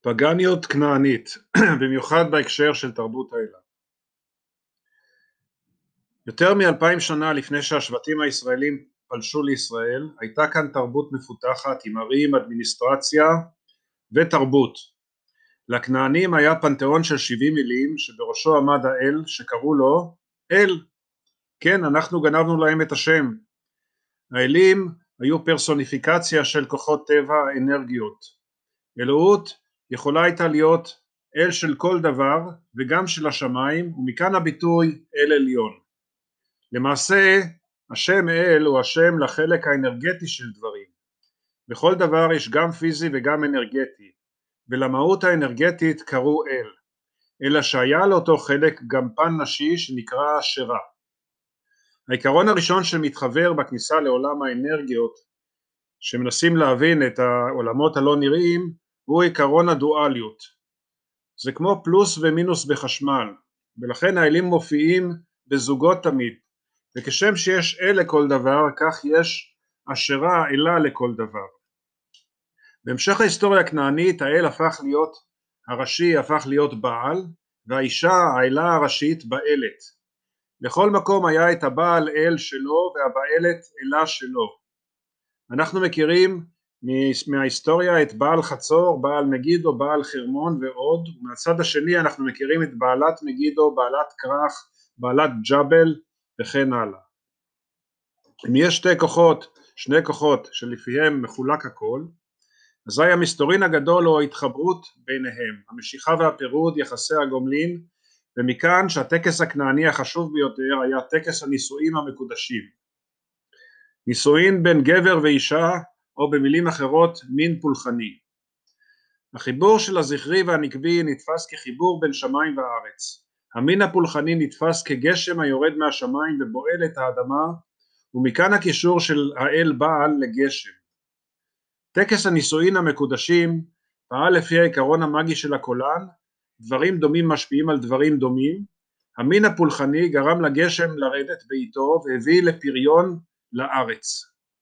פגניות כנענית, במיוחד בהקשר של תרבות האלה. יותר מ-2000 שנה לפני שהשבטים הישראלים פלשו לישראל, הייתה כאן תרבות מפותחת עם ערים, אדמיניסטרציה ותרבות. לכנענים היה פנתיאון של 70 מילים שבראשו עמד האל שקראו לו אל. כן, אנחנו גנבנו להם את השם. האלים היו פרסוניפיקציה של כוחות טבע, אנרגיות. אלוהות יכולה הייתה להיות אל של כל דבר וגם של השמיים, ומכאן הביטוי אל עליון. למעשה השם אל הוא השם לחלק האנרגטי של דברים. בכל דבר יש גם פיזי וגם אנרגטי, ולמהות האנרגטית קראו אל, אלא שהיה לאותו חלק גם פן נשי שנקרא אשרה. העיקרון הראשון שמתחבר בכניסה לעולם האנרגיות, שמנסים להבין את העולמות הלא נראים, הוא עיקרון הדואליות. זה כמו פלוס ומינוס בחשמל, ולכן האלים מופיעים בזוגות תמיד, וכשם שיש אל לכל דבר, כך יש אשרה אלה לכל דבר. בהמשך ההיסטוריה הכנענית, האל הפך להיות, הראשי הפך להיות בעל, והאישה, האלה הראשית, באלת. לכל מקום היה את הבעל אל שלו, והבעלת אלה שלו. אנחנו מכירים מההיסטוריה את בעל חצור, בעל מגידו, בעל חרמון ועוד, ומהצד השני אנחנו מכירים את בעלת מגידו, בעלת כרך, בעלת ג'בל וכן הלאה. אם יש שני כוחות שלפיהם מחולק הכל, אזי המסתורין הגדול הוא ההתחברות ביניהם, המשיכה והפירוד, יחסי הגומלין, ומכאן שהטקס הכנעני החשוב ביותר היה טקס הנישואים המקודשים. נישואין בין גבר ואישה, או במילים אחרות מין פולחני. החיבור של הזכרי והנקבי נתפס כחיבור בין שמיים וארץ. המין הפולחני נתפס כגשם היורד מהשמיים ובועל את האדמה, ומכאן הקישור של האל בעל לגשם. טקס הנישואין המקודשים פעל לפי העיקרון המאגי של הקולן, דברים דומים משפיעים על דברים דומים. המין הפולחני גרם לגשם לרדת בעיתו והביא לפריון לארץ.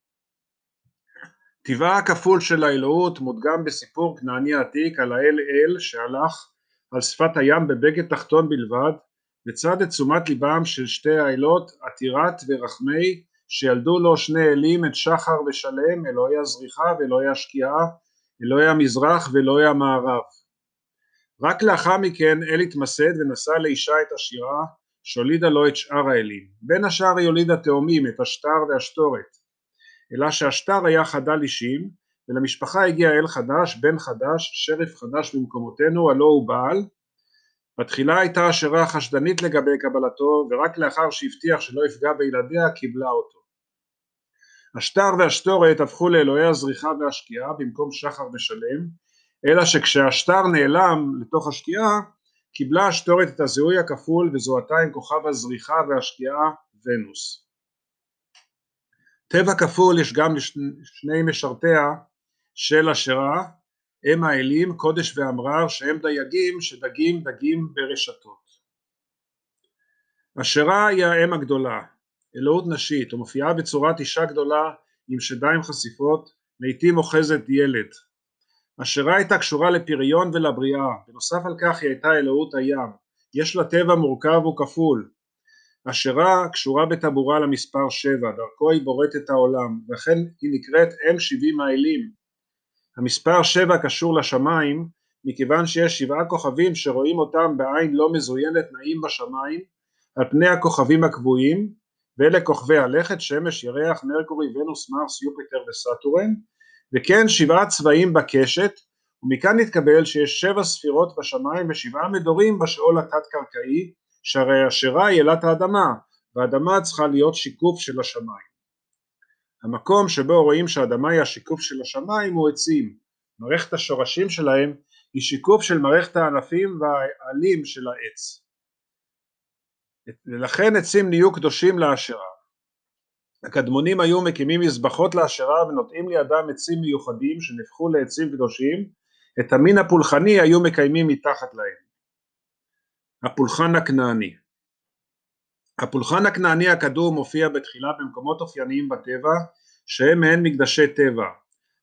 טבעה הכפול של האלוהות מודגם בסיפור כנעני עתיק על האל אל שהלך על שפת הים בבגד תחתון בלבד, לצד את תשומת ליבם של שתי האלות עתירת ורחמי, שילדו לו שני אלים, את שחר ושלם, אלוהי הזריחה ואלוהי השקיעה, אלוהי המזרח ואלוהי המערב. רק לאחר מכן אל התמסד ונשא לאישה את השירה, שהולידה לו את שאר האלים. בין השאר היא הולידה תאומים, את השטר והשטורת, אלא שהשטר היה חדל אישים, ולמשפחה הגיע אל חדש, בן חדש, שרף חדש במקומותינו, הלא הוא בעל. בתחילה הייתה אשרה חשדנית לגבי קבלתו, ורק לאחר שהבטיח שלא יפגע בילדיה קיבלה אותו. השטר והשטורת הפכו לאלוהי הזריחה והשקיעה במקום שחר ושלם, אלא שכשהשטר נעלם לתוך השקיעה, קיבלה השטורת את הזיהוי הכפול וזוהתה עם כוכב הזריחה והשקיעה ונוס. טבע כפול יש גם לשני משרתיה של אשרה, הם האלים, קודש ואמרר, שהם דייגים שדגים דגים ברשתות. אשרה היא האם הגדולה, אלוהות נשית, ומופיעה בצורת אישה גדולה עם שדיים חשיפות, לעתים אוחזת ילד. אשרה הייתה קשורה לפריון ולבריאה, בנוסף על כך היא הייתה אלוהות הים, יש לה טבע מורכב וכפול. אשרה קשורה בטבורה למספר 7, דרכו היא בוראת את העולם, וכן היא נקראת אם 70 האלים. המספר 7 קשור לשמיים, מכיוון שיש 7 כוכבים שרואים אותם בעין לא מזוינת נעים בשמיים, על פני הכוכבים הקבועים, ואלה כוכבי הלכת, שמש, ירח, מרקורי, ונוס, מרס, יופיטר וסטורן, וכן 7 צבעים בקשת, ומכאן נתקבל שיש 7 ספירות בשמיים ו7 מדורים בשאול התת-קרקעי, שהרי אשרה היא אלת האדמה, והאדמה צריכה להיות שיקוף של השמיים. המקום שבו רואים שהאדמה היא השיקוף של השמיים הוא עצים. מערכת השורשים שלהם היא שיקוף של מערכת הענפים והעלים של העץ. ולכן עצים נהיו קדושים לאשרה. הקדמונים היו מקימים מזבחות לאשרה ונוטעים לידם עצים מיוחדים שנפחו לעצים קדושים, את המין הפולחני היו מקיימים מתחת להם. הפולחן הכנעני. הפולחן הכנעני הקדום מופיע בתחילה במקומות אופייניים בטבע, שהם מעין מקדשי טבע.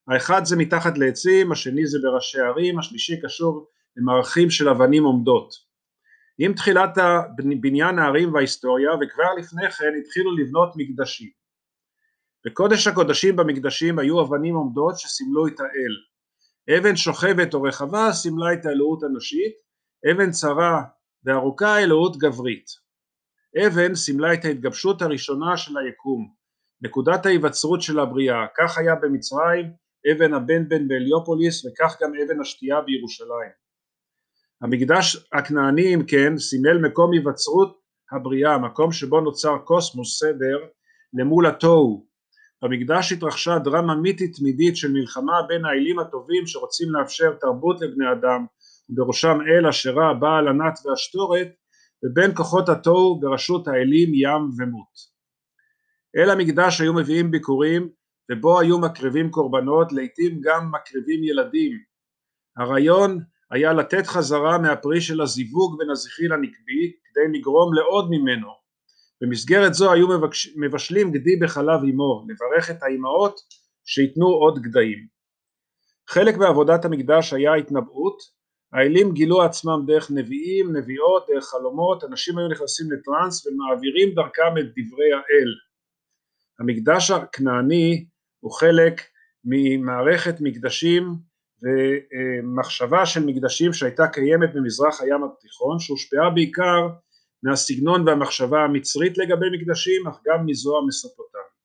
האחד זה מתחת לעצים, השני זה בראשי ערים, השלישי קשור למערכים של אבנים עומדות. עם תחילת בניין הערים וההיסטוריה, וכבר לפני כן התחילו לבנות מקדשים. בקודש הקודשים במקדשים היו אבנים עומדות שסימלו את האל. אבן שוכבת או רחבה סימלה את האלוהות הנשית, אבן צרה וארוכה אלוהות גברית. אבן סימלה את ההתגבשות הראשונה של היקום, נקודת ההיווצרות של הבריאה. כך היה במצרים, אבן הבן באליופוליס, וכך גם אבן השתייה בירושלים. המקדש הכנעני אם כן סימל מקום היווצרות הבריאה, מקום שבו נוצר קוסמוס, סדר, למול התוהו. במקדש התרחשה דרמה מיתית תמידית של מלחמה בין האלים הטובים שרוצים לאפשר תרבות לבני אדם, ובראשם אל אשרה, בעל, ענת והשתורת, ובין כוחות התוהו בראשות האלים ים ומות. אל המקדש היו מביאים ביקורים, ובו היו מקריבים קורבנות, לעתים גם מקריבים ילדים. הרעיון היה לתת חזרה מהפרי של הזיווג בין הזכיל הנקבי, כדי לגרום לעוד ממנו. במסגרת זו היו מבשלים גדי בחלב אמו, לברך את האימהות שיתנו עוד גדיים. חלק בעבודת המקדש היה התנבאות, האלים גילו עצמם דרך נביאים, נביאות, דרך חלומות, אנשים היו נכנסים לטרנס ומעבירים דרכם את דברי האל. המקדש הכנעני הוא חלק ממערכת מקדשים ומחשבה של מקדשים שהייתה קיימת במזרח הים התיכון, שהושפעה בעיקר מהסגנון והמחשבה המצרית לגבי מקדשים, אך גם מזו המסופוטמית.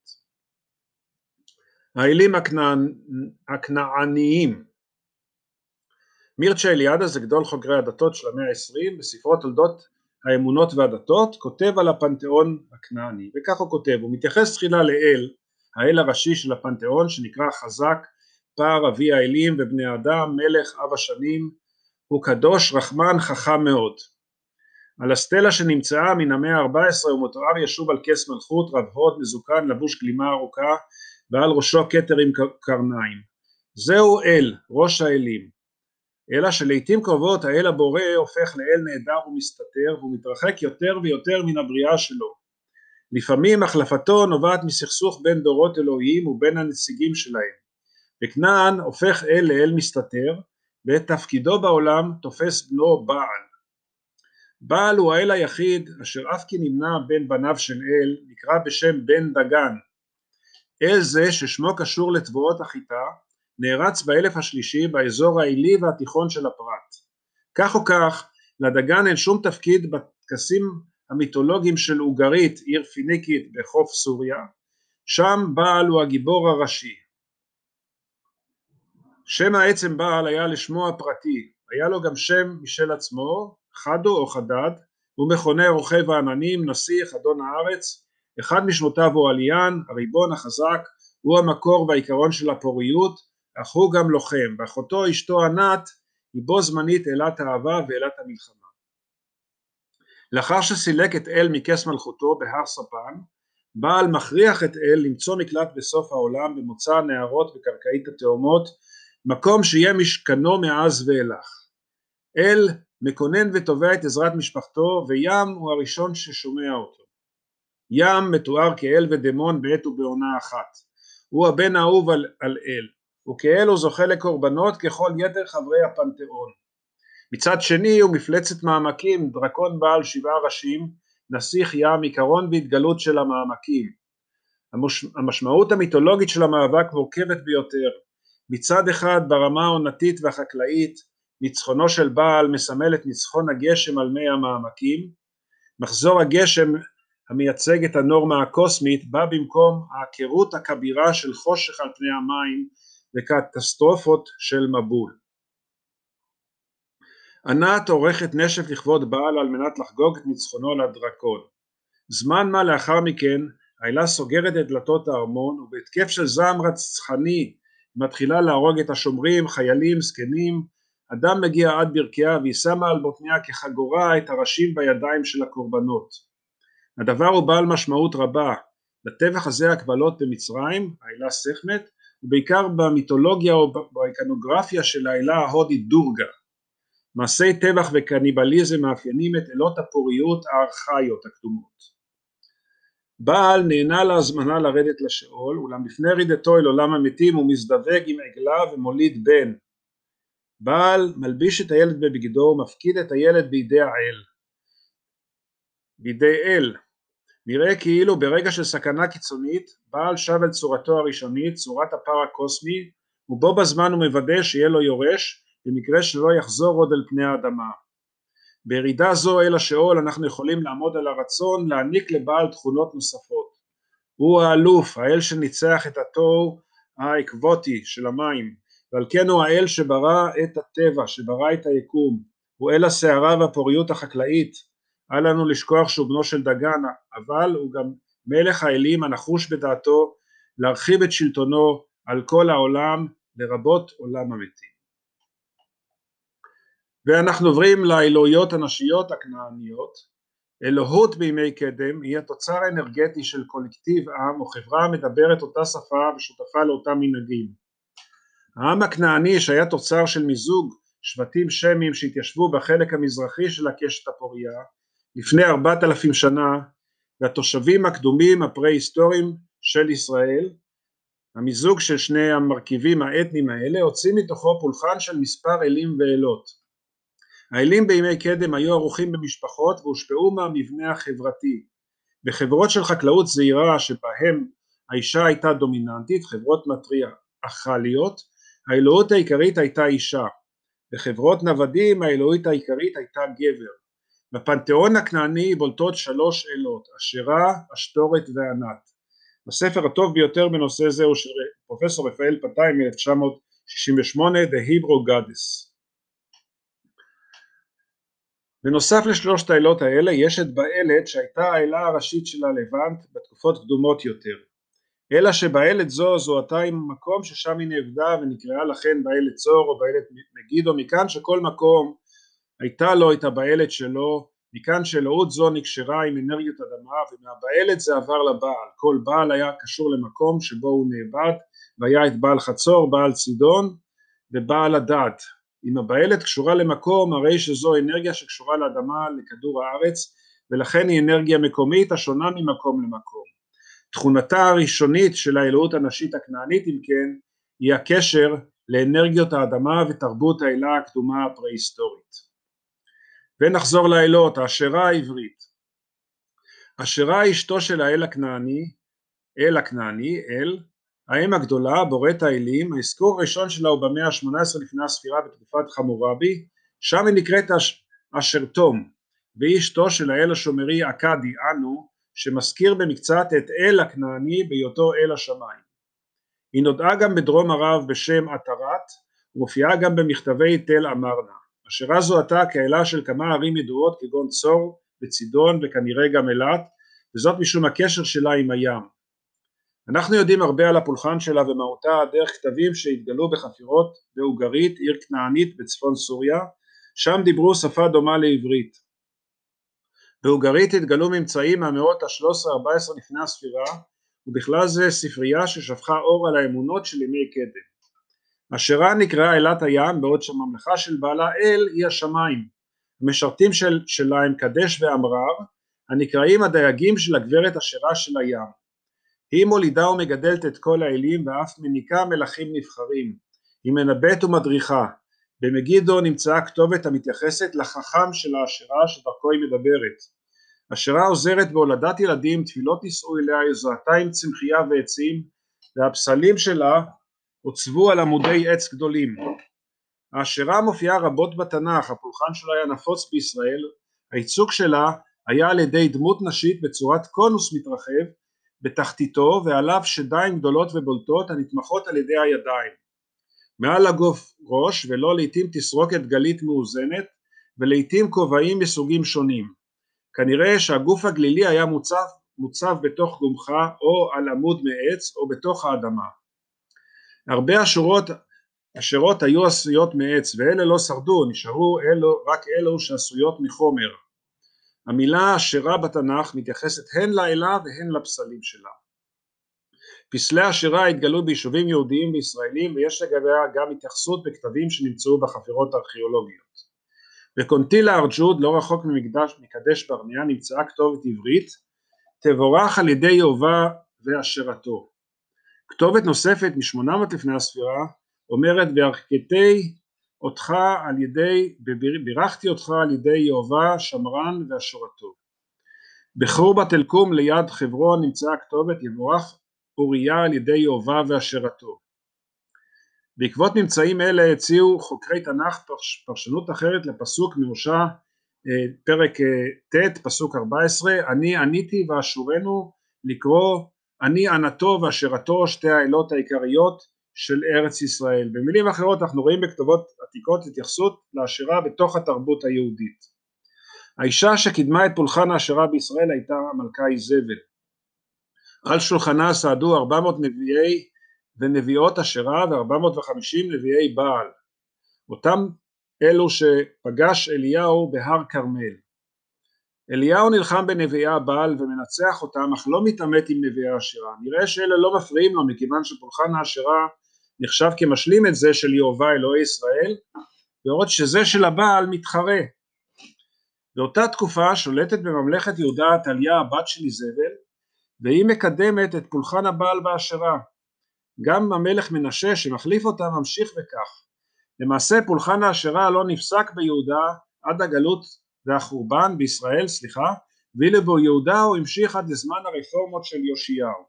האלים הכנעניים. מירצ'ה אליעדה זה גדול חוקרי הדתות של המאה ה-20, בספרו תולדות האמונות והדתות, כותב על הפנתיאון הכנעני, וכך הוא כותב, הוא מתייחס תחילה לאל, האל הראשי של הפנתיאון שנקרא חזק, פער אבי האלים ובני האדם, מלך אב השנים, הוא קדוש, רחמן, חכם מאוד. על הסטלה שנמצאה מן המאה ה-14 הוא מתואר ישוב על כס מלכות, רב הוד, מזוקן, לבוש גלימה ארוכה, ועל ראשו כתר עם קרניים. זהו אל, ראש האלים. אלא שלעיתים קרובות האל הבורא הופך לאל נהדר ומסתתר, והוא מתרחק יותר ויותר מן הבריאה שלו. לפעמים החלפתו נובעת מסכסוך בין דורות אלוהיים ובין הנציגים שלהם. בכנען הופך אל לאל מסתתר, ואת תפקידו בעולם תופס בנו בעל. בעל הוא האל היחיד אשר אף כי נמנה בין בניו של אל, נקרא בשם בן דגן. אל זה ששמו קשור לתבואות החיטה, נערץ באלף השלישי באזור העילי והתיכון של הפרת. כך או כך, לדגן אין שום תפקיד בטקסים המיתולוגיים של אוגרית, עיר פיניקית בחוף סוריה, שם בעל הוא הגיבור הראשי. שם העצם בעל היה לשמו הפרטי, היה לו גם שם משל עצמו, חדו או חדד, הוא מכונה רוכב העננים, נסיך, אדון הארץ, אחד משמותיו הוא עליין, הריבון החזק, הוא המקור והעיקרון של הפוריות, אך הוא גם לוחם, ואחותו אשתו ענת היא בו זמנית אלת האהבה ואלת המלחמה. לאחר שסילק את אל מכס מלכותו בהר ספן, בעל מכריח את אל למצוא מקלט בסוף העולם במוצא הנהרות וקרקעית התאומות, מקום שיהיה משכנו מאז ואילך. אל מקונן ותובע את עזרת משפחתו, וים הוא הראשון ששומע אותו. ים מתואר כאל ודמון בעת ובעונה אחת. הוא הבן האהוב על אל, וכאל הוא זוכה לקורבנות ככל יתר חברי הפנתיאון. מצד שני הוא מפלצת מעמקים, דרקון בעל 7 ראשים, נסיך ים, עיקרון והתגלות של המעמקים. המשמעות המיתולוגית של המאבק מורכבת ביותר. מצד אחד ברמה העונתית והחקלאית, ניצחונו של בעל מסמל את ניצחון הגשם על מי המעמקים. מחזור הגשם המייצג את הנורמה הקוסמית בא במקום ההכרות הכבירה של חושך על פני המים וקטסטרופות של מבול. ענת עורכת נשף לכבוד בעל על מנת לחגוג את ניצחונו לדרקון. זמן מה לאחר מכן האלה סוגרת את דלתות הארמון, ובהתקף של זעם רצחני מתחילה להרוג את השומרים, חיילים, זקנים. אדם מגיע עד ברכיה והיא שמה על בוטניה כחגורה את הראשים בידיים של הקורבנות. הדבר הוא בעל משמעות רבה. לטבח הזה הקבלות במצרים, האלה סכמת, ובעיקר במיתולוגיה או באיקונוגרפיה של האלה ההודית דורגה. מעשי טבח וקניבליזם מאפיינים את אלות הפוריות הארכאיות הקדומות. בעל נענה להזמנה לרדת לשאול, אולם לפני ירידתו אל עולם המתים הוא מזדווג עם עגלה ומוליד בן. בעל מלביש את הילד בבגדו ומפקיד את הילד בידי אל. נראה כאילו ברגע של סכנה קיצונית בעל שב אל צורתו הראשונית, צורת הפר הקוסמי, ובו בזמן הוא מוודא שיהיה לו יורש במקרה שלא יחזור עוד אל פני האדמה. בירידה זו אל השאול אנחנו יכולים לעמוד על הרצון להעניק לבעל תכונות נוספות. הוא האלוף, האל שניצח את התוהו האקווטי של המים, ועל כן הוא האל שברא את הטבע, שברא את היקום. הוא אל הסערה והפוריות החקלאית. אל לנו לשכוח שהוא בנו של דגן, אבל הוא גם מלך האלים הנחוש בדעתו להרחיב את שלטונו על כל העולם, לרבות עולם המתים. ואנחנו עוברים לאלוהיות הנשיות הכנעניות. אלוהות בימי קדם היא התוצר האנרגטי של קולקטיב עם או חברה המדברת אותה שפה ושותפה לאותם מנהגים. העם הכנעני שהיה תוצר של מיזוג שבטים שמיים שהתיישבו בחלק המזרחי של הקשת הפוריה לפני 4,000 שנה, והתושבים הקדומים הפרה-היסטוריים של ישראל, המיזוג של שני המרכיבים האתניים האלה הוציא מתוכו פולחן של מספר אלים ואלות. האלים בימי קדם היו ערוכים במשפחות והושפעו מהמבנה החברתי. בחברות של חקלאות זעירה שבהם האישה הייתה דומיננטית, חברות מטריארכליות, האלוהות העיקרית הייתה אישה. בחברות נוודים האלוהית העיקרית הייתה גבר. בפנתיאון הכנעני בולטות 3 אלות, אשרה, אשתורת וענת. הספר הטוב ביותר בנושא זה הוא של פרופסור רפאל פתאי מ-1968, The Hebrew Goddess. בנוסף לשלושת האלות האלה יש את באלת שהייתה האלה הראשית של הלבנט בתקופות קדומות יותר. אלא שבאלת זו זוהתה עם מקום ששם היא נעבדה ונקראה לכן באלת צור או באלת מגידו, מכאן שכל מקום הייתה לו את הבאלת שלו, מכאן שאלוהות זו נקשרה עם אנרגיות אדמה, ומהבאלת זה עבר לבעל. כל בעל היה קשור למקום שבו הוא נאבד, והיה את בעל חצור, בעל צידון ובעל הדד. אם הבאלת קשורה למקום, הרי שזו אנרגיה שקשורה לאדמה, לכדור הארץ, ולכן היא אנרגיה מקומית השונה ממקום למקום. תכונתה הראשונית של האלוהות הנשית הכנענית אם כן, היא הקשר לאנרגיות האדמה ותרבות האלה הקדומה הפרה-היסטורית. ונחזור לאלות. האשרה העברית. אשרה היא אשתו של האל הכנעני, האם הגדולה, בוראת האלים. האזכור הראשון שלה הוא במאה ה-18 לפני הספירה בתקופת חמורבי, שם היא נקראת אשרתום, והיא אשתו של האל השומרי אכדי, אנו, שמזכיר במקצת את אל הכנעני בהיותו אל השמיים. היא נודעה גם בדרום ערב בשם עטרת, ומופיעה גם במכתבי תל אמרנה. אשרה זוהתה כאלה של כמה ערים ידועות כגון צור וצידון וכנראה גם אילת, וזאת משום הקשר שלה עם הים. אנחנו יודעים הרבה על הפולחן שלה ומהותה דרך כתבים שהתגלו בחפירות באוגרית, עיר כנענית בצפון סוריה, שם דיברו שפה דומה לעברית. באוגרית התגלו ממצאים מהמאות ה-13-14 לפני הספירה, ובכלל זה ספרייה ששפכה אור על האמונות של ימי קדם. אשרה נקראה אלת הים, בעוד שהממלכה של בעלה אל היא השמיים. המשרתים שלה הם קדש ואמרר, הנקראים הדייגים של הגברת אשרה של הים. היא מולידה ומגדלת את כל האלים ואף מניקה מלכים נבחרים. היא מנבאת ומדריכה. במגידו נמצאה כתובת המתייחסת לחכם של האשרה שדרכו היא מדברת. אשרה עוזרת בהולדת ילדים, תפילות נישאו אליה, זוהתה עם צמחייה ועצים, והפסלים שלה הוצבו על עמודי עץ גדולים. האשרה מופיעה רבות בתנ"ך, הפולחן שלה היה נפוץ בישראל, הייצוג שלה היה על ידי דמות נשית בצורת קונוס מתרחב, בתחתיתו ועליו שדיים גדולות ובולטות הנתמכות על ידי הידיים. מעל הגוף ראש ולא לעתים תסרוקת גלית מאוזנת ולעתים כובעים מסוגים שונים. כנראה שהגוף הגלילי היה מוצב בתוך גומחה או על עמוד מעץ או בתוך האדמה. הרבה אשרות היו עשויות מעץ ואלה לא שרדו, נשארו רק אלו שעשויות מחומר. המילה אשרה בתנ"ך מתייחסת הן לאלה והן לפסלים שלה. פסלי אשרה התגלו ביישובים יהודיים וישראלים ויש לגביה גם התייחסות בכתבים שנמצאו בחפירות ארכיאולוגיות. בקונטילה ארג'וד לא רחוק מקדש ברנע נמצאה כתובת עברית תבורך על ידי יהובה ואשרתו. כתובת נוספת מ-800 לפני הספירה אומרת והרחקתי אותך על ידי, בירכתי אותך על ידי יהובה, שמרן ואשרתו. בחורבת אל-קום ליד חברון נמצאה הכתובת יבורך אוריה על ידי יהובה ואשרתו. בעקבות ממצאים אלה הציעו חוקרי תנ"ך פרשנות אחרת לפסוק מהושע פרק ט' פסוק 14, אני עניתי ואשורנו, לקרוא אני ענתו ואשרתו, שתי העילות העיקריות של ארץ ישראל. במילים אחרות אנחנו רואים בכתובות עתיקות התייחסות לאשרה בתוך התרבות היהודית. האישה שקידמה את פולחן האשרה בישראל הייתה המלכה איזבל. על שולחנה סעדו 400 נביאי ונביאות אשרה ו450 נביאי בעל, אותם אלו שפגש אליהו בהר כרמל. אליהו נלחם בנביאי הבעל ומנצח אותם, אך לא מתעמת עם נביאי האשרה. נראה שאלה לא מפריעים לו, מכיוון שפולחן האשרה נחשב כמשלים את זה של יהובה אלוהי ישראל, בעוד שזה של הבעל מתחרה. באותה תקופה שולטת בממלכת יהודה עתליה הבת של איזבל, והיא מקדמת את פולחן הבעל והאשרה. גם המלך מנשה שמחליף אותה ממשיך בכך. למעשה פולחן האשרה לא נפסק ביהודה עד הגלות והחורבן בישראל, ואילו ביהודה הוא המשיך עד לזמן הרפורמות של יאשיהו.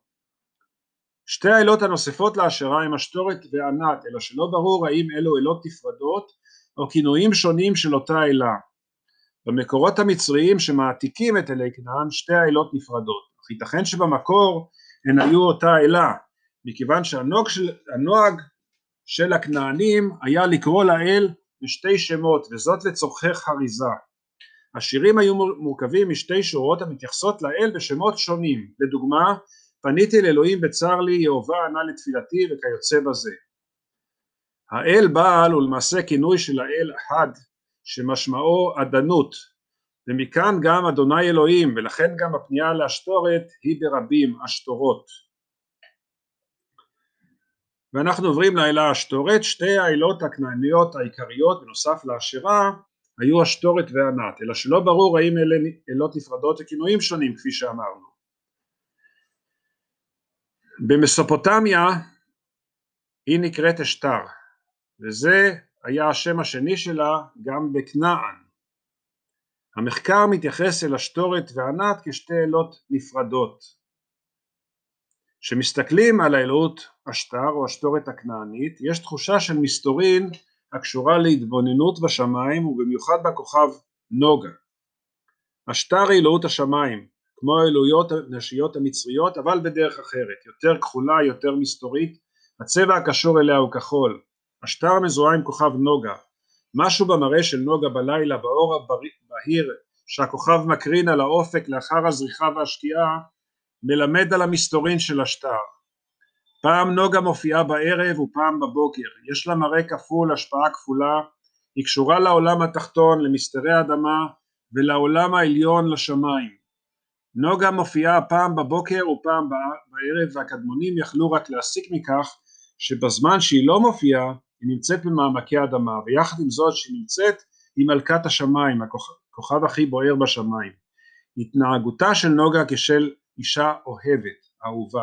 שתי העילות הנוספות לאשרה הם אשתורת וענת, אלא שלא ברור האם אלו עילות נפרדות או כינויים שונים של אותה עילה. במקורות המצריים שמעתיקים את אלי כנען שתי העילות נפרדות, אך ייתכן שבמקור הן היו אותה עילה, מכיוון שהנוהג של הכנענים היה לקרוא לאל בשתי שמות, וזאת לצורכי חריזה. השירים היו מורכבים משתי שורות המתייחסות לאל בשמות שונים, לדוגמה פניתי לאלוהים בצר לי, יהובה ענה לתפילתי וכיוצא בזה. האל בעל הוא למעשה כינוי של האל אחד שמשמעו עדנות, ומכאן גם אדוני אלוהים, ולכן גם הפנייה לאשתורת היא ברבים אשתורות. ואנחנו עוברים לעילה האשתורת. שתי העילות הכנעניות העיקריות בנוסף לאשרה היו אשתורת וענת, אלא שלא ברור האם אלה עילות נפרדות וכינויים שונים כפי שאמרנו. במסופוטמיה היא נקראת אשתר, וזה היה השם השני שלה גם בכנען. המחקר מתייחס אל אשתורת וענת כשתי עילות נפרדות. כשמסתכלים על האלוהות אשתר או אשתורת הכנענית, יש תחושה של מסתורין הקשורה להתבוננות בשמיים, ובמיוחד בכוכב נוגה. אשתר היא אלוהות השמיים, כמו האלוהיות הנשיות המצריות, אבל בדרך אחרת, יותר כחולה, יותר מסתורית. הצבע הקשור אליה הוא כחול. אשתר מזוהה עם כוכב נוגה. משהו במראה של נוגה בלילה, באור הבהיר שהכוכב מקרין על האופק לאחר הזריחה והשקיעה, מלמד על המסתורין של אשתר. פעם נוגה מופיעה בערב ופעם בבוקר, יש לה מראה כפול, השפעה כפולה, היא קשורה לעולם התחתון, למסתרי האדמה, ולעולם העליון לשמיים. נוגה מופיעה פעם בבוקר ופעם בערב, והקדמונים יכלו רק להסיק מכך שבזמן שהיא לא מופיעה היא נמצאת במעמקי האדמה, ויחד עם זאת שהיא נמצאת היא מלכת השמיים, הכוכב הכי בוער בשמיים. התנהגותה של נוגה כשל אישה אוהבת, אהובה.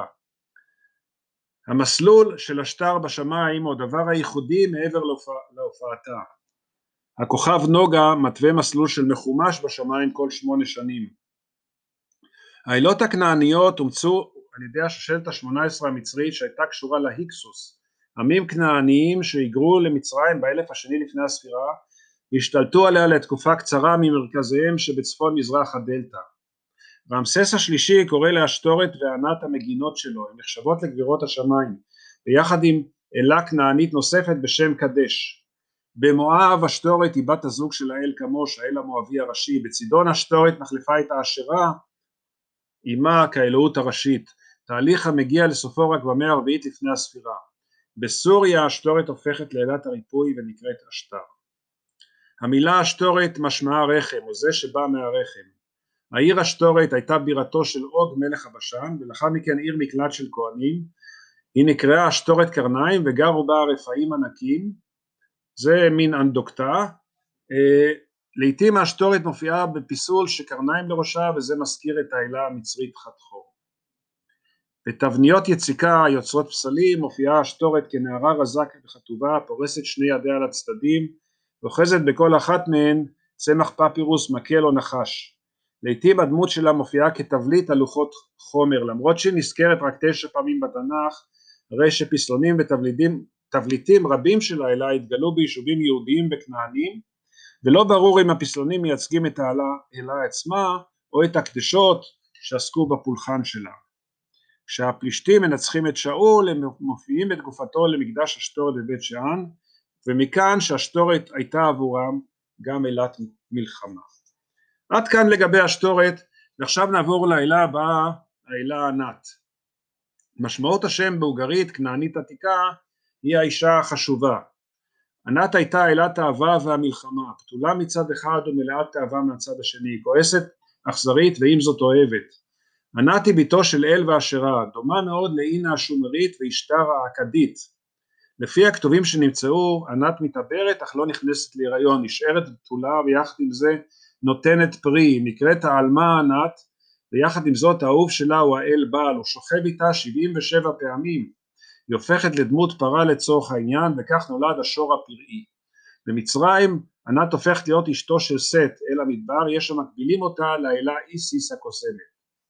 המסלול של אשתר בשמיים הוא הדבר הייחודי מעבר להופעתה. הכוכב נוגה מתווה מסלול של מחומש בשמיים כל 8 שנים. העילות הכנעניות אומצו על ידי השושלת ה-18 המצרית שהייתה קשורה להיקסוס, עמים כנעניים שהיגרו למצרים באלף השני לפני הספירה, והשתלטו עליה לתקופה קצרה ממרכזיהם שבצפון מזרח הדלטה. רמסס השלישי קורא לאשתורת וענת המגינות שלו, הן נחשבות לגבירות השמיים, ביחד עם אלה כנענית נוספת בשם קדש. במואב אשתורת היא בת הזוג של האל כמוש, האל המואבי הראשי. בצידון אשתורת מחליפה את האשרה עמה כאלוהות הראשית, תהליך המגיע לסופו רק במאה הרביעית לפני הספירה. בסוריה אשתורת הופכת לאלת הריפוי ונקראת אשתר. המילה אשתורת משמעה רחם, או זה שבא מהרחם. העיר אשתורת הייתה בירתו של אוג מלך הבשן, ולאחר מכן עיר מקלט של כהנים. היא נקראה אשתורת קרניים וגרו בה רפאים ענקים, זה מין אנדוקטה. לעתים האשתורת מופיעה בפיסול שקרניים לראשה, וזה מזכיר את האלה המצרית חתחור. בתבניות יציקה יוצרות פסלים מופיעה האשתורת כנערה רזה וחטובה, פורסת שני ידיה על הצדדים, ואוחזת בכל אחת מהן צמח פפירוס, מקל או נחש. לעתים הדמות שלה מופיעה כתבליט על לוחות חומר, למרות שהיא נזכרת רק 9 פעמים בתנ"ך, הרי שפסלונים ותבליטים רבים של האלה התגלו ביישובים יהודיים וכנעניים, ולא ברור אם הפסלונים מייצגים את האלה עצמה או את הקדשות שעסקו בפולחן שלה. כשהפלישתים מנצחים את שאול הם מופיעים את גופתו למקדש אשתורת בבית שאן, ומכאן שהאשתורת הייתה עבורם גם אלת מלחמה. עד כאן לגבי אשתורת, ועכשיו נעבור לאלה הבאה, האלה ענת. משמעות השם בהוגרית כנענית עתיקה היא האישה החשובה. ענת הייתה אלת האהבה והמלחמה, פתולה מצד אחד ומלאת תאווה מהצד השני, כועסת, אכזרית ועם זאת אוהבת. ענת היא ביתו של אל ואשרה, דומה מאוד לאינה השומרית ואשתר האכדית. לפי הכתובים שנמצאו, ענת מתעברת אך לא נכנסת להיריון, נשארת בתולה ויחד עם זה נותנת פרי, נקראת העלמה ענת, ויחד עם זאת האהוב שלה הוא האל בעל, הוא שוכב איתה 77 פעמים, היא הופכת לדמות פרה לצורך העניין, וכך נולד השור הפראי. במצרים ענת הופכת להיות אשתו של סט, אל המדבר, יש המקבילים אותה לאלה איסיס הקוסמת.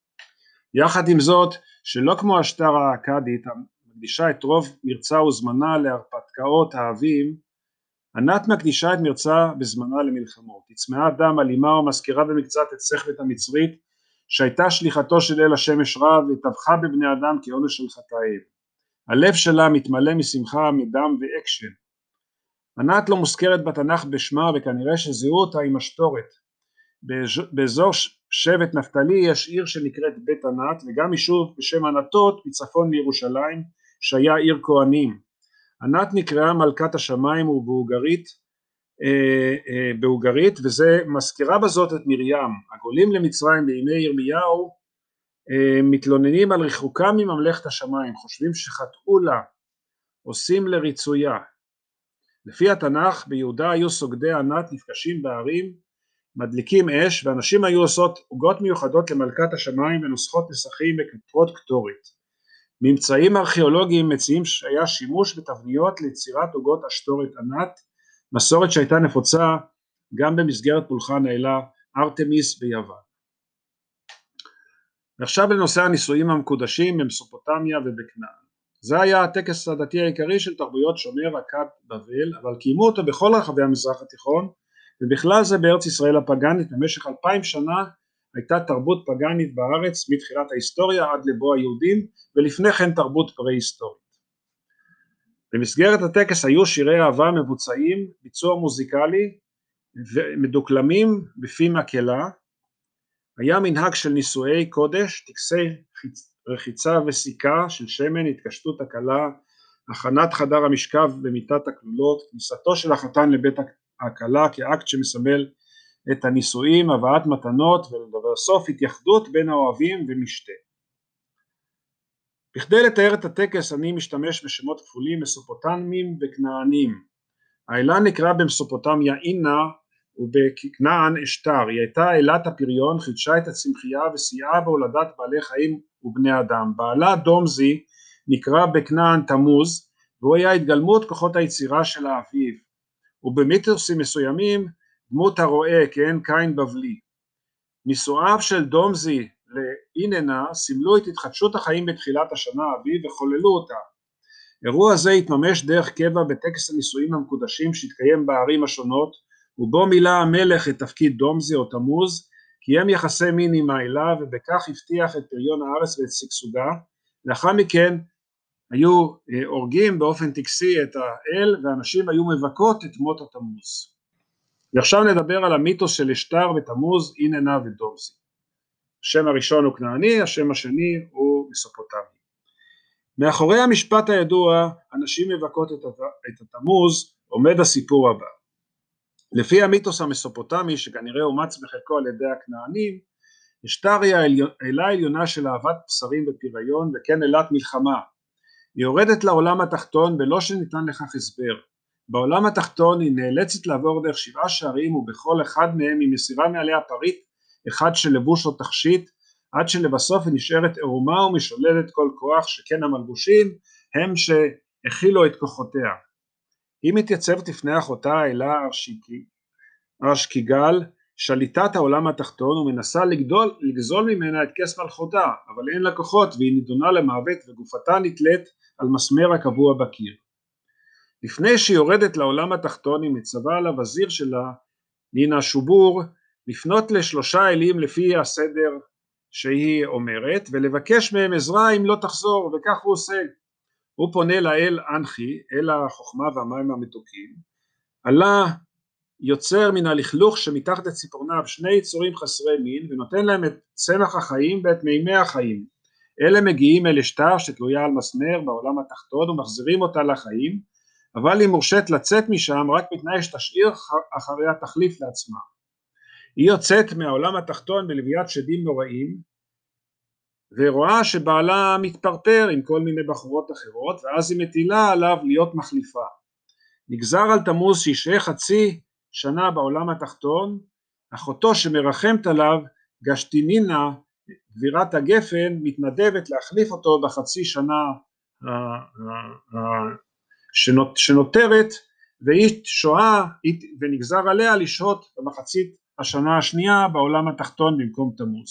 יחד עם זאת, שלא כמו אשתר האכדית, מקדישה את רוב מרצה וזמנה להרפתקאות האבים, ענת מקדישה את מרצה בזמנה למלחמות. היא צמאה דם אלימה ומזכירה במקצת את סחבת המצרית, שהייתה שליחתו של אל השמש רע, וטבחה בבני אדם כעונש של חטאים. הלב שלה מתמלא משמחה, מדם ואקשן. ענת לא מוזכרת בתנ"ך בשמה, וכנראה שזיהו אותה עם אשתורת. באזור שבט נפתלי יש עיר שנקראת בית ענת, וגם יישוב בשם ענתות מצפון לירושלים שהיה עיר כהנים. ענת נקראה מלכת השמיים ובהוגרית, וזה מזכירה בזאת את מרים. הגולים למצרים בימי ירמיהו מתלוננים על רחוקה מממלכת השמיים, חושבים שחטאו לה, עושים לריצויה. לפי התנ"ך ביהודה היו סוגדי ענת נפגשים בערים, מדליקים אש, ואנשים היו עושות עוגות מיוחדות למלכת השמיים ונוסחות נסכים וכתרות קטורית. ממצאים ארכיאולוגיים מציעים שהיה שימוש בתבניות ליצירת עוגות אשתורת ענת, מסורת שהייתה נפוצה גם במסגרת פולחן האלה ארתמיס ביוון. ועכשיו לנושא הנישואים המקודשים במסופוטמיה ובכנען. זה היה הטקס הדתי העיקרי של תרבויות שומר הכד בבל, אבל קיימו אותו בכל רחבי המזרח התיכון, ובכלל זה בארץ ישראל הפגנית. במשך 2000 שנה הייתה תרבות פגנית בארץ מתחילת ההיסטוריה עד לבוא היהודים, ולפני כן תרבות פרה-היסטורית. במסגרת הטקס היו שירי אהבה מבוצעים, ביצוע מוזיקלי ומדוקלמים בפי מקהלה. היה מנהג של נישואי קודש, טקסי רחיצה וסיכה של שמן, התקשטות הכלה, הכנת חדר המשכב ומיטת הכלולות, כניסתו של החתן לבית הכלה כאקט שמסמל את הנישואים, הבאת מתנות, ולבסוף התייחדות בין האוהבים ומשתה. בכדי לתאר את הטקס אני משתמש בשמות כפולים מסופוטמיים וכנענים. האלה נקרא במסופוטמיה אינה ובכנען אשתר. היא הייתה אלת הפריון, חידשה את הצמחייה וסייעה בהולדת בעלי חיים ובני אדם. בעלה דומזי נקרא בכנען תמוז, והוא היה התגלמות כוחות היצירה של האביב, ובמיתוסים מסוימים דמות הרועה כעין קין בבלי. נישואיו של דומזי לאיננה סימלו את התחדשות החיים בתחילת השנה האביב וחוללו אותה. אירוע זה התממש דרך קבע בטקס הנישואים המקודשים שהתקיים בערים השונות, ובו מילא המלך את תפקיד דומזי או תמוז, קיים יחסי מין עם האלה, ובכך הבטיח את פריון הארץ ואת שגשוגה. לאחר מכן היו הורגים באופן טקסי את האל, ואנשים היו מבכות את מות התמוז. ועכשיו נדבר על המיתוס של אשתר ותמוז, איננה ודומזי. השם הראשון הוא כנעני, השם השני הוא מסופוטמי. מאחורי המשפט הידוע, אנשים מבכות את התמוז, עומד הסיפור הבא. לפי המיתוס המסופוטמי, שכנראה אומץ בחלקו על ידי הכנענים, אשתר היא האלה העליונה של אהבת בשרים בפריון, וכן אלת מלחמה. היא יורדת לעולם התחתון בלא שניתן לכך הסבר. בעולם התחתון היא נאלצת לעבור דרך 7 שערים, ובכל אחד מהם היא מסירה מעליה פריט אחד של לבוש או תכשיט, עד שלבסוף היא נשארת עירומה ומשוללת כל כוח, שכן המלבושים הם שהכילו את כוחותיה. היא מתייצבת לפני אחותה אלה ארשקיגל, שליטת העולם התחתון, ומנסה לגזול ממנה את כס מלכותה, אבל אין לה כוחות והיא נידונה למוות וגופתה נתלית על מסמר הקבוע בקיר. לפני שהיא יורדת לעולם התחתון היא מצווה על הווזיר שלה, נינה שובור, לפנות ל3 אלים לפי הסדר שהיא אומרת, ולבקש מהם עזרה אם לא תחזור, וכך הוא עושה. הוא פונה לאל אנחי, אל החוכמה והמים המתוקים, עלה יוצר מן הלכלוך שמתחת לציפורניו 2 יצורים חסרי מין, ונותן להם את צמח החיים ואת מימי החיים. אלה מגיעים אל אשתה שתלויה על מסמר בעולם התחתון ומחזירים אותה לחיים, אבל היא מורשית לצאת משם רק בתנאי שתשאיר אחריה תחליף לעצמה. היא יוצאת מהעולם התחתון בלוויית שדים נוראים, ורואה שבעלה מתפרפר עם כל מיני בחורות אחרות, ואז היא מטילה עליו להיות מחליפה. נגזר על תמוז שישהה חצי שנה בעולם התחתון. אחותו שמרחמת עליו, גשתינינה, גבירת הגפן, מתנדבת להחליף אותו בחצי שנה שנותרת, והיא שואה ונגזר עליה לשהות במחצית השנה השנייה בעולם התחתון במקום תמוז.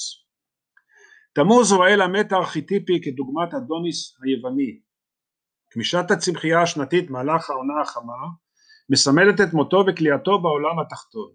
תמוז הוא האל המת הארכיטיפי כדוגמת אדוניס היווני. כמישת הצמחייה השנתית מהלך העונה החמה מסמלת את מותו וכליאתו בעולם התחתון.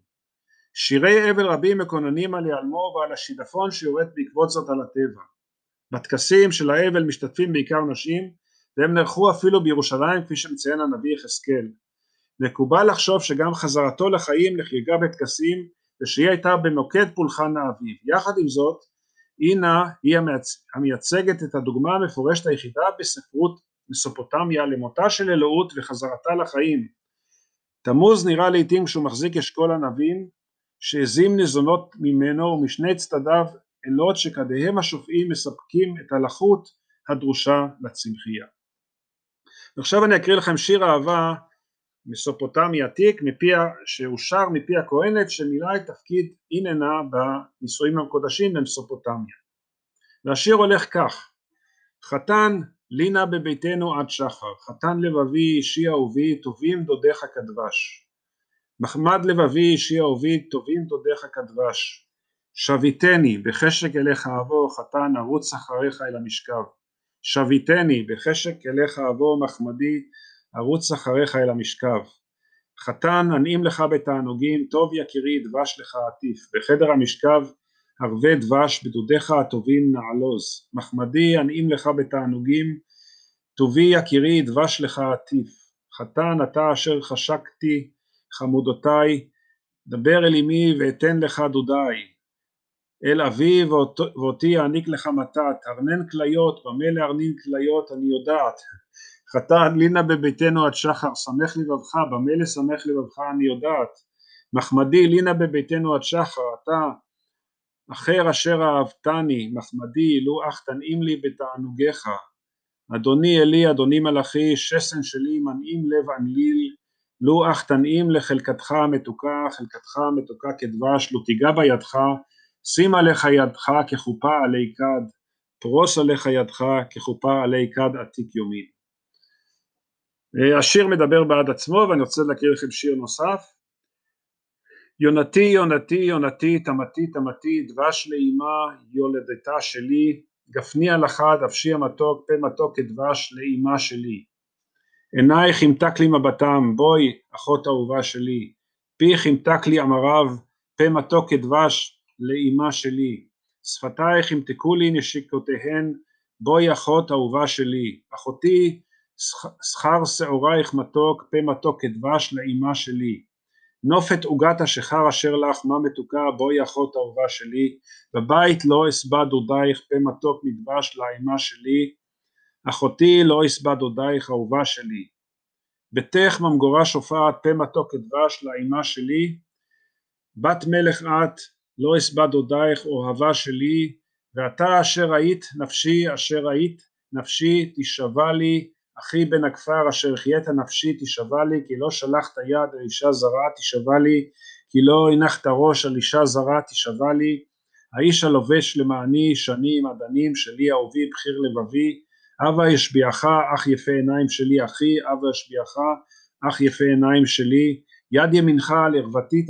שירי אבל רבים מקוננים על היעלמו ועל השידפון שיורד בעקבות זאת על הטבע. בטקסים של האבל משתתפים בעיקר נשים, והם נערכו אפילו בירושלים כפי שמציין הנביא יחזקאל. מקובל לחשוב שגם חזרתו לחיים לחגגה בטקסים, ושהיא הייתה במוקד פולחן האביב. יחד עם זאת, אינה היא המייצגת את הדוגמה המפורשת היחידה בספרות מסופוטמיה למותה של אלוהות וחזרתה לחיים. תמוז נראה לעתים כשהוא מחזיק אשכול ענבים שעזים ניזונות ממנו, ומשני צדדיו אלות שכדיהם השופעים מספקים את הלחות הדרושה לצמחייה. עכשיו אני אקריא לכם שיר אהבה מסופוטמי עתיק שאושר מפי הכהנת שמילאה את תפקיד איננה בנישואים המקודשים במסופוטמיה. והשיר הולך כך: חתן לינה בביתנו עד שחר, חתן לבבי אישי אהובי, טובים דודיך כדבש. מחמד לבבי אישי אהובי, טובים דודיך כדבש. שביתני בחשק אליך אבוא, חתן ארוץ אחריך אל המשכב. שביתני בחשק אליך אבוא, מחמדי ארוץ אחריך אל המשכב. חתן הנעים לך בתענוגים, טוב יקירי דבש לך עטיף. בחדר המשכב הרבה דבש, בדודיך הטובים נעלוז. מחמדי הנעים לך בתענוגים, טובי יקירי דבש לך עטיף. חתן אתה אשר חשקתי חמודותיי, דבר אל אמי ואתן לך דודיי. אל אבי ואותי יעניק לך מתת, ארנן כליות, במה לארנין כליות אני יודעת. חתן לינה בביתנו עד שחר, שמח לבבך, במה לשמח לבבך אני יודעת. מחמדי לינה בביתנו עד שחר, אתה אחר אשר אהבתני, מחמדי לו אך תנעים לי בתענוגיך. אדוני אלי, אדוני מלאכי, שסן שלי מנעים לב ענליל, לו אך תנעים לחלקתך המתוקה, חלקתך המתוקה כדבש, לו תיגע בידך, שים עליך ידך כחופה עלי כד, פרוס עליך ידך כחופה עלי כד עתיק יומין. השיר מדבר בעד עצמו, ואני רוצה להקריא לכם שיר נוסף. יונתי יונתי יונתי, תמתי תמתי, דבש לאימה יולדתה שלי, גפני הלכה דבשי המתוק, פה מתוק כדבש לאימה שלי. עינייך ימתק לי מבטם, בואי אחות אהובה שלי, פיך ימתק לי אמריו, פה מתוק כדבש לאימה שלי. שפתייך ימתקו לי נשיקותיהן, בואי אחות אהובה שלי. אחותי שכר שעורייך מתוק, פה מתוק כדבש לאימה שלי. נופת עוגת השחר אשר לך, מה מתוקה, בואי אחות אהובה שלי. בבית לא אסבע דודייך, פה מתוק מדבש לאימה שלי. אחותי לא אסבע דודייך אהובה שלי. ביתך ממגורה שופעת, פה מתוק כדבש לאימה שלי. בת מלך את, לא אסבע דודייך אוהבה שלי. ואתה אשר היית נפשי, אשר היית נפשי, תשבע לי, אחי בן הכפר אשר החיית נפשי תשבע לי, כי לא שלחת יד על אישה זרה תשבע לי, כי לא הנחת ראש על אישה זרה תשבע לי, האיש הלובש למעני שנים עדנים שלי אהובי בחיר לבבי, אבא ישביעך אך יפה עיניים שלי אחי, אבא ישביעך אך יפה עיניים שלי, יד ימינך על ערוותי